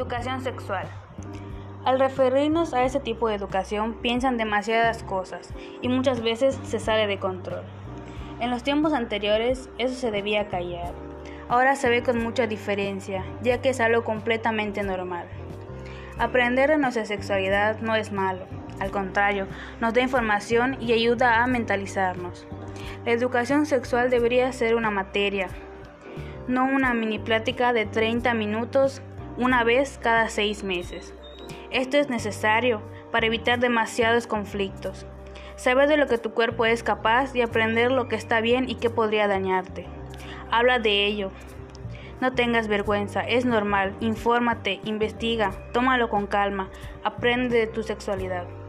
Educación sexual. Al referirnos a este tipo de educación piensan demasiadas cosas y muchas veces se sale de control. En los tiempos anteriores eso se debía callar. Ahora se ve con mucha diferencia, ya que es algo completamente normal. Aprender de nuestra sexualidad no es malo, al contrario, nos da información y ayuda a mentalizarnos. La educación sexual debería ser una materia, no una mini plática de 30 minutos una vez cada 6 meses. Esto es necesario para evitar demasiados conflictos. Saber de lo que tu cuerpo es capaz y aprender lo que está bien y qué podría dañarte. Habla de ello. No tengas vergüenza, es normal. Infórmate, investiga, tómalo con calma, aprende de tu sexualidad.